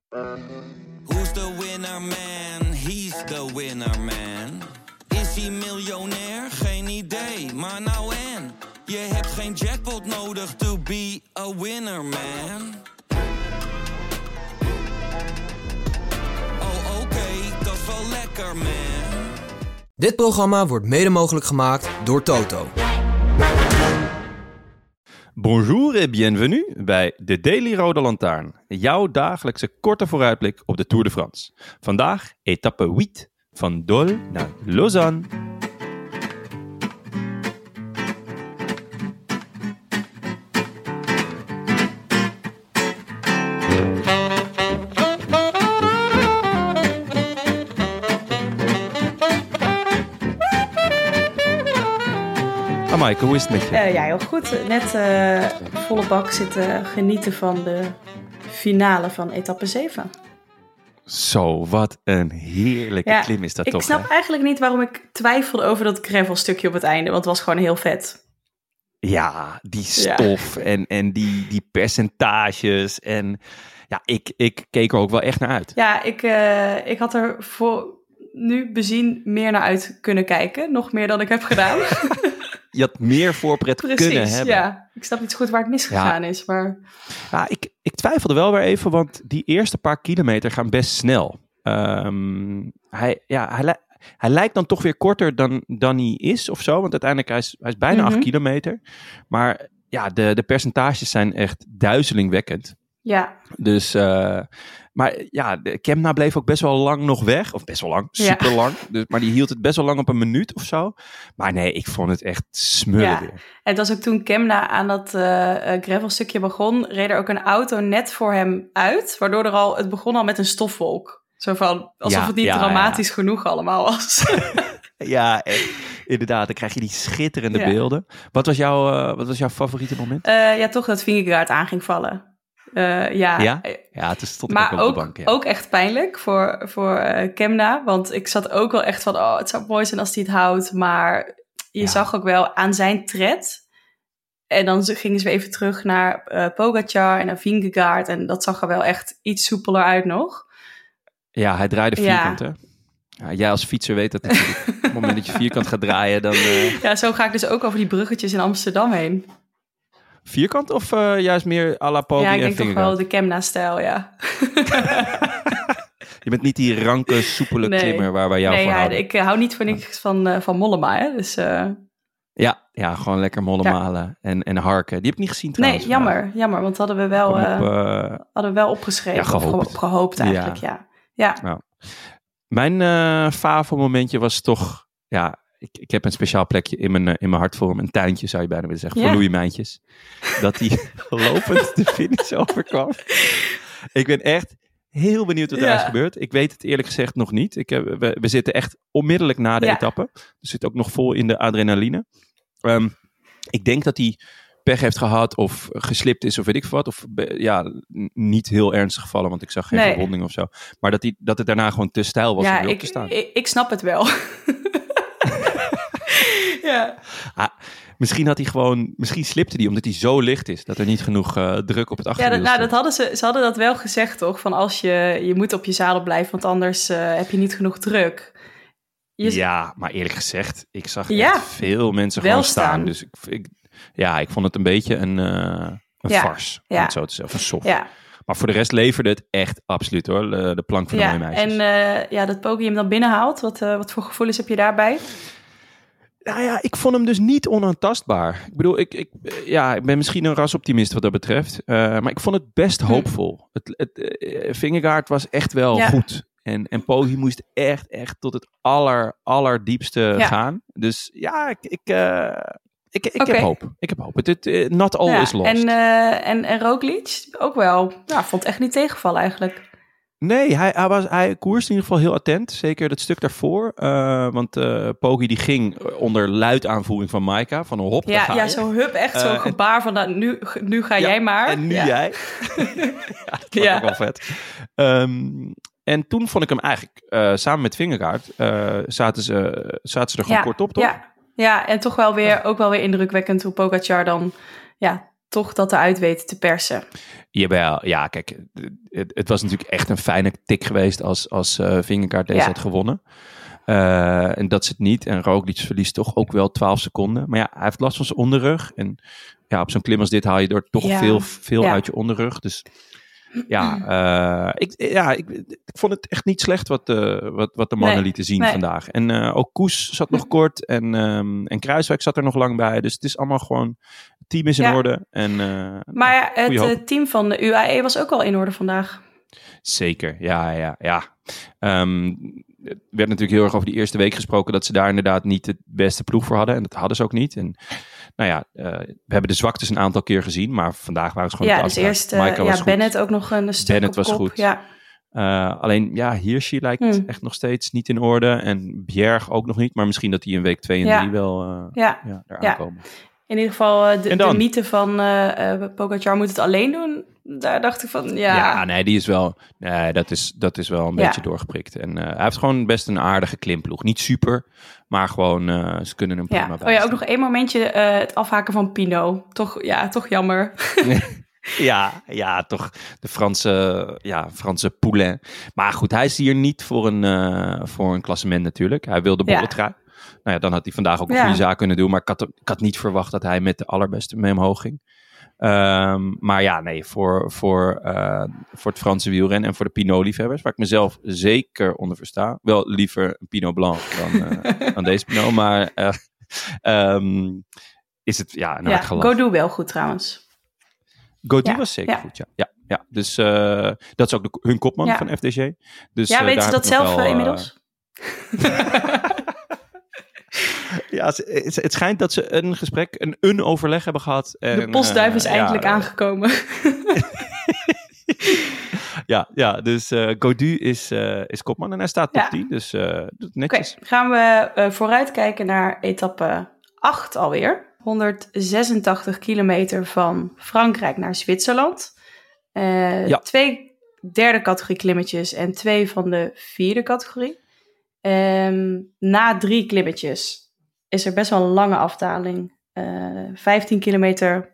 Who's the winner man? He's the winner man. Is hij miljonair? Geen idee, maar nou en. Je hebt geen jackpot nodig to be a winner man. Oh oké, dat is wel lekker man. Dit programma wordt mede mogelijk gemaakt door Toto. Bonjour et bienvenue bij de Daily Rode Lantaarn. Jouw dagelijkse korte vooruitblik op de Tour de France. Vandaag etappe 8 van Dole naar Lausanne. Maaike, hoe is het met je? Ja, heel goed. Net volle bak zitten genieten van de finale van etappe 7. Zo, wat een heerlijke klim is dat toch? Ik snap eigenlijk niet waarom ik twijfelde over dat gravelstukje op het einde, want het was gewoon heel vet. Ja, die stof en die percentages en ja, ik keek er ook wel echt naar uit. Ja, ik had er voor nu bezien meer naar uit kunnen kijken, nog meer dan ik heb gedaan. Je had meer voorpret kunnen hebben. Ja. Ik snap niet zo goed waar het misgegaan is. Maar... Ja, ik twijfelde wel weer even, want die eerste paar kilometer gaan best snel. Hij lijkt dan toch weer korter dan hij is of zo. Want uiteindelijk hij is bijna 8 kilometer. Maar ja, de percentages zijn echt duizelingwekkend. Ja. Dus... Maar ja, Kemna bleef ook best wel lang nog weg. Of best wel lang, super lang. Dus, maar die hield het best wel lang op een minuut of zo. Maar nee, ik vond het echt smullen weer. En het was ook toen Kemna aan dat gravelstukje begon, reed er ook een auto net voor hem uit. Waardoor het begon al met een stofwolk. Zo van, alsof het niet dramatisch genoeg allemaal was. Ja, inderdaad. Dan krijg je die schitterende beelden. Wat was jouw favoriete moment? Toch dat Vingegaard aan ging vallen. Ja, het stond maar ook op de bank. Ja. Ook echt pijnlijk voor Kemna. Want ik zat ook wel echt van, het zou mooi zijn als hij het houdt. Maar je zag ook wel aan zijn tred. En dan gingen ze weer even terug naar Pogacar en naar Vingegaard. En dat zag er wel echt iets soepeler uit nog. Ja, hij draaide vierkant, hè? Ja, jij als fietser weet dat natuurlijk. Op het moment dat je vierkant gaat draaien, dan... Ja, zo ga ik dus ook over die bruggetjes in Amsterdam heen. Vierkant of juist meer à la Poggi en Vingegaard? Ja, ik denk toch wel de Kemna-stijl, ja. Je bent niet die ranke, soepele klimmer waar wij jou voor houden. Nee, ik hou niet voor niks van Mollema, hè. Dus, Ja, gewoon lekker mollemalen en harken. Die heb ik niet gezien trouwens. Nee, jammer, want hadden we wel opgeschreven. Ja, gehoopt. Of gehoopt eigenlijk, ja. Nou, mijn favo-momentje was toch... Ja, ik heb een speciaal plekje in mijn hart voor hem. Een tuintje zou je bijna willen zeggen. Voor Louis Mijntjes. Dat hij lopend de finish overkwam. Ik ben echt heel benieuwd wat er is gebeurd. Ik weet het eerlijk gezegd nog niet. We zitten echt onmiddellijk na de etappe. Dus zit ook nog vol in de adrenaline. Ik denk dat hij pech heeft gehad of geslipt is of weet ik wat. Of niet heel ernstig gevallen, want ik zag geen verwonding of zo. Maar dat het daarna gewoon te stijl was om weer op te staan. Ik snap het wel. Ja. Misschien slipte hij omdat hij zo licht is dat er niet genoeg druk op het achterwiel staat. Ze hadden dat wel gezegd, toch? Van als je moet op je zadel blijven, want anders heb je niet genoeg druk. Ja, maar eerlijk gezegd, ik zag echt veel mensen gewoon staan. Dus ik vond het een beetje een farce, om het zo te zeggen, een soft. Ja. Maar voor de rest leverde het echt absoluut hoor, de plank van de mooie meisjes. En dat Poggi hem dan binnenhaalt, wat voor gevoelens heb je daarbij? Nou ja, ik vond hem dus niet onaantastbaar. Ik bedoel, ik ben misschien een rasoptimist wat dat betreft. Maar ik vond het best hoopvol. Vingegaard was echt wel goed. En Poggi moest echt tot het allerdiepste gaan. Dus ja, ik heb hoop. Ik heb hoop. Not all is lost. En Roglic ook wel. Ja, vond echt niet tegenvallen eigenlijk. Nee, hij koerste in ieder geval heel attent. Zeker dat stuk daarvoor. Want Poggi die ging onder luid aanvoering van Maika. Van een hop, zo hup, echt zo'n gebaar van nu ga jij maar. En nu jij. Dat was ook wel vet. En toen vond ik hem eigenlijk, samen met Vingegaard, zaten ze er gewoon kort op, toch? Ja, en toch wel weer indrukwekkend hoe Pogacar dan toch dat eruit weten te persen. Jawel, ja, kijk, het was natuurlijk echt een fijne tik geweest als Vingegaard deze had gewonnen. En dat is het niet. En Roglic verliest toch ook wel 12 seconden. Maar ja, hij heeft last van zijn onderrug. En ja, op zo'n klim als dit haal je er toch veel uit je onderrug. Dus ik vond het echt niet slecht wat de mannen lieten zien vandaag. En ook Koes zat nog kort. En Kruiswijk zat er nog lang bij. Dus het is allemaal gewoon... Het team is in orde. Maar het team van de UAE was ook al in orde vandaag. Zeker, ja. Er werd natuurlijk heel erg over die eerste week gesproken... dat ze daar inderdaad niet het beste ploeg voor hadden. En dat hadden ze ook niet. En we hebben de zwaktes een aantal keer gezien... maar vandaag waren ze gewoon... Ja, dus eerst Bennett ook nog een stuk Bennett op was kop. goed. Ja. Alleen, Hirschi lijkt echt nog steeds niet in orde. En Bjerg ook nog niet. Maar misschien dat die in week 2 en 3 wel eraan komen. In ieder geval, de mythe van Pogacar moet het alleen doen. Daar dacht ik van, Ja, nee, die is wel... Nee, dat is wel een beetje doorgeprikt. En hij heeft gewoon best een aardige klimploeg. Niet super, maar gewoon... ze kunnen hem prima bij. Ook nog één momentje het afhaken van Pinot. Toch jammer. Ja, toch de Franse Poulain. Maar goed, hij is hier niet voor een klassement natuurlijk. Hij wil de bolletrui. Nou ja, dan had hij vandaag ook een goede zaak kunnen doen. Maar ik had niet verwacht dat hij met de allerbeste mee omhoog ging. Maar voor het Franse wielrennen en voor de Pinot-liefhebbers, waar ik mezelf zeker onder versta. Wel liever een Pinot Blanc dan deze Pinot. Maar is het een hard gelach. Gaudu wel goed trouwens. Gaudu was zeker goed, ja. Dus dat is ook hun kopman van FDG. Dus, weten ze dat zelf inmiddels? Ja, het schijnt dat ze een gesprek, een overleg hebben gehad. En, de postduif is eindelijk aangekomen. Dus Gaudu is kopman en hij staat top 10. Dus netjes. Okay, gaan we vooruitkijken naar etappe 8 alweer. 186 kilometer van Frankrijk naar Zwitserland. 2 derde categorie klimmetjes en 2 van de vierde categorie. Na 3 klimmetjes is er best wel een lange afdaling. 15 kilometer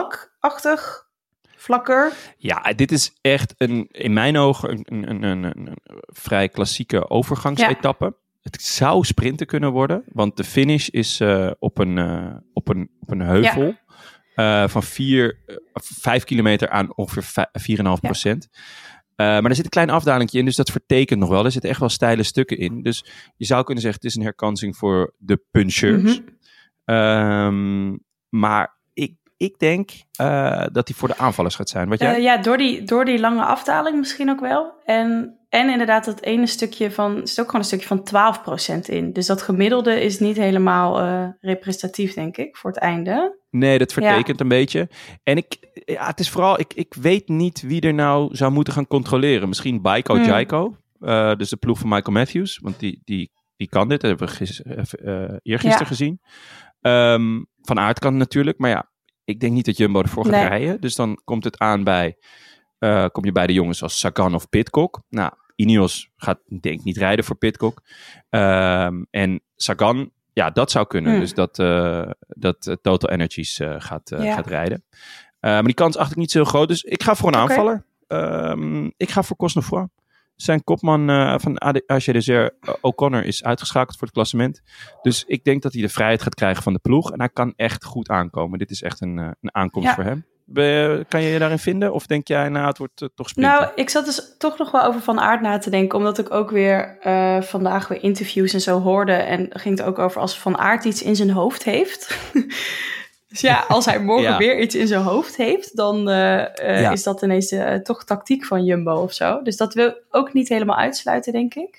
vlakker. Ja, dit is echt in mijn ogen een vrij klassieke overgangsetappe. Ja. Het zou sprinten kunnen worden, want de finish is op een heuvel van 5 kilometer aan ongeveer 4,5%. Maar er zit een klein afdalingje in, dus dat vertekent nog wel. Er zitten echt wel steile stukken in. Dus je zou kunnen zeggen, het is een herkansing voor de puncheurs. Mm-hmm. Maar ik denk dat die voor de aanvallers gaat zijn. Wat jij? Door die lange afdaling misschien ook wel. En inderdaad dat ene stukje van... Er zit ook gewoon een stukje van 12% in. Dus dat gemiddelde is niet helemaal representatief, denk ik, voor het einde. Nee, dat vertekent een beetje. En het is vooral... Ik weet niet wie er nou zou moeten gaan controleren. Misschien Baiko Jaiko. Dus de ploeg van Michael Matthews. Want die kan dit. Dat hebben we eergisteren gezien. Van Aert kan het natuurlijk. Maar ja, ik denk niet dat Jumbo ervoor gaat rijden. Dus dan komt het aan kom je bij de jongens als Sagan of Pidcock. Nou, Ineos gaat denk ik niet rijden voor Pidcock. En Sagan, dat zou kunnen. Dus dat Total Energies gaat rijden. Maar die kans acht ik niet zo heel groot. Dus ik ga voor een aanvaller. Ik ga voor Cosnefroid. Zijn kopman van AG Desert, O'Connor, is uitgeschakeld voor het klassement. Dus ik denk dat hij de vrijheid gaat krijgen van de ploeg. En hij kan echt goed aankomen. Dit is echt een aankomst voor hem. Kan je je daarin vinden? Of denk jij, het wordt toch sprinten? Nou, ik zat dus toch nog wel over Van Aert na te denken. Omdat ik ook weer vandaag weer interviews en zo hoorde. En ging het ook over als Van Aert iets in zijn hoofd heeft. Dus als hij morgen weer iets in zijn hoofd heeft, dan is dat ineens toch tactiek van Jumbo of zo. Dus dat wil ook niet helemaal uitsluiten, denk ik.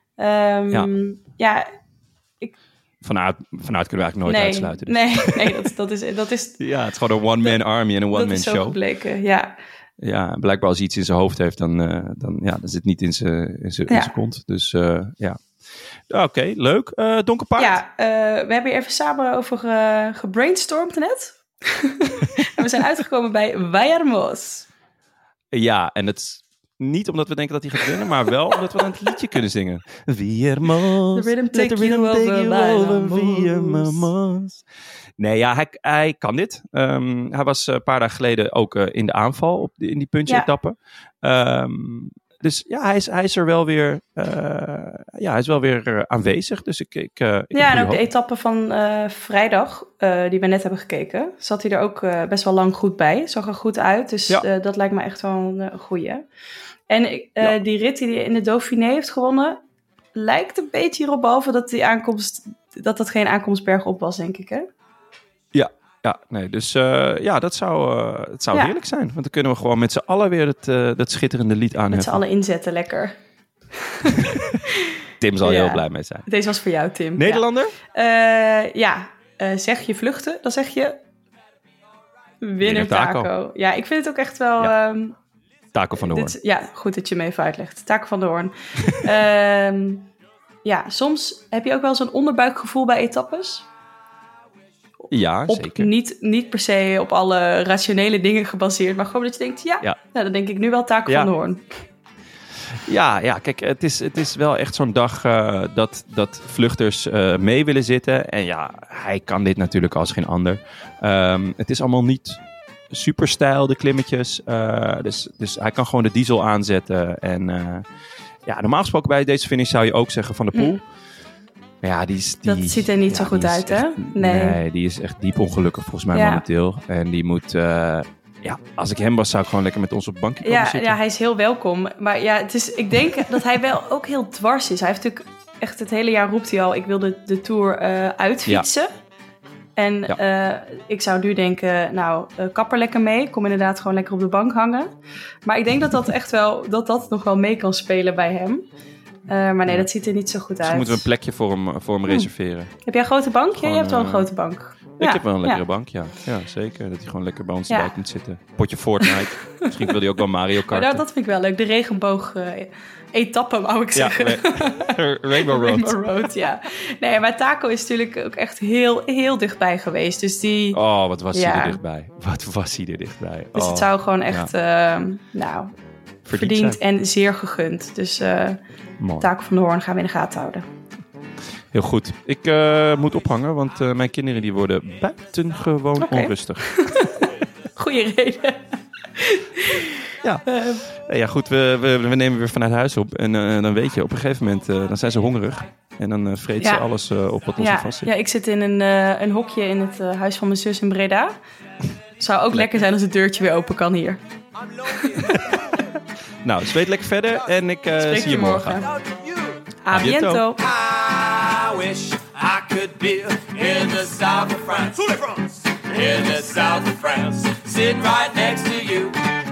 Van Aert kunnen we eigenlijk nooit uitsluiten. Dus. Nee, dat is... Ja, het is gewoon een one-man army en een one-man show. Dat is zo gebleken, ja. Ja, blijkbaar als hij iets in zijn hoofd heeft, dan zit het niet in zijn kont. Dus Oké, leuk. Donker Paard? Ja, we hebben hier even samen over gebrainstormd net. En we zijn uitgekomen bij Vallermoos. Ja, en het Niet omdat we denken dat hij gaat winnen, maar wel omdat we dan het liedje kunnen zingen. Viermos, The rhythm take you over, Viermos. Nee, ja, hij kan dit. Hij was een paar dagen geleden ook in de aanval in die punch-etappe. Dus ja, hij is er wel weer, hij is wel weer aanwezig. Dus ik en ook de etappe van vrijdag, die we net hebben gekeken, zat hij er ook best wel lang goed bij. Zag er goed uit, dus dat lijkt me echt wel een goeie. En die rit die hij in de Dauphiné heeft gewonnen, lijkt een beetje hierop, behalve dat dat geen aankomstberg op was, denk ik, hè? Ja, nee, dus dat zou heerlijk zijn. Want dan kunnen we gewoon met z'n allen weer dat schitterende lied aanheffen. Met z'n allen inzetten, lekker. Tim zal heel blij mee zijn. Deze was voor jou, Tim. Nederlander? Zeg je vluchten, dan zeg je winner Taco. Ja, ik vind het ook echt wel... Taco van der Hoorn. Goed dat je me even uitlegt. Taco van der Hoorn. Soms heb je ook wel zo'n onderbuikgevoel bij etappes. Ja, zeker. Niet per se op alle rationele dingen gebaseerd, maar gewoon dat je denkt, dan denk ik nu wel Taco van der Hoorn. Ja, kijk, het is wel echt zo'n dag dat vluchters mee willen zitten. En ja, hij kan dit natuurlijk als geen ander. Het is allemaal niet super steil, de klimmetjes. Dus hij kan gewoon de diesel aanzetten. En normaal gesproken bij deze finish zou je ook zeggen Van der Poel. Ja, dat ziet er niet zo goed uit, hè? Nee, die is echt diep ongelukkig volgens mij momenteel. En die moet... als ik hem was, zou ik gewoon lekker met ons op het bankje komen zitten. Ja, hij is heel welkom. Maar ik denk dat hij wel ook heel dwars is. Hij heeft natuurlijk echt het hele jaar roept hij al, ik wil de Tour uitfietsen. Ja. En ik zou nu denken, kapper lekker mee. Kom inderdaad gewoon lekker op de bank hangen. Maar ik denk dat echt wel, dat nog wel mee kan spelen bij hem. Maar nee, dat ziet er niet zo goed uit. Dus moeten we een plekje voor hem reserveren. Heb jij een grote bank? Gewoon, je hebt wel een grote bank. Ik heb wel een lekkere bank, ja. Ja, zeker. Dat hij gewoon lekker bij ons erbij moet zitten. Potje Fortnite. Misschien wil hij ook wel Mario Kart. Dat vind ik wel leuk. De regenboog etappe, wou ik zeggen. Rainbow Road. Rainbow Road, ja. Nee, maar Taco is natuurlijk ook echt heel, heel dichtbij geweest. Dus die... Oh, wat was hij er dichtbij. Wat was hij er dichtbij. Dus het zou gewoon echt, verdiend en zeer gegund. Dus Taco van der Hoorn gaan we in de gaten houden. Heel goed. Ik moet ophangen, want mijn kinderen die worden buitengewoon onrustig. Goeie reden. Ja, goed. We nemen weer vanuit huis op. En dan weet je, op een gegeven moment dan zijn ze hongerig. En dan vreet ze alles op wat ons vast zit. Ja, ik zit in een hokje in het huis van mijn zus in Breda. Het zou ook lekker zijn als het deurtje weer open kan hier. Nou, zweet lekker verder en ik zie je morgen. A biento. I wish I could be in the south of France. In the south of France, sitting right next to you.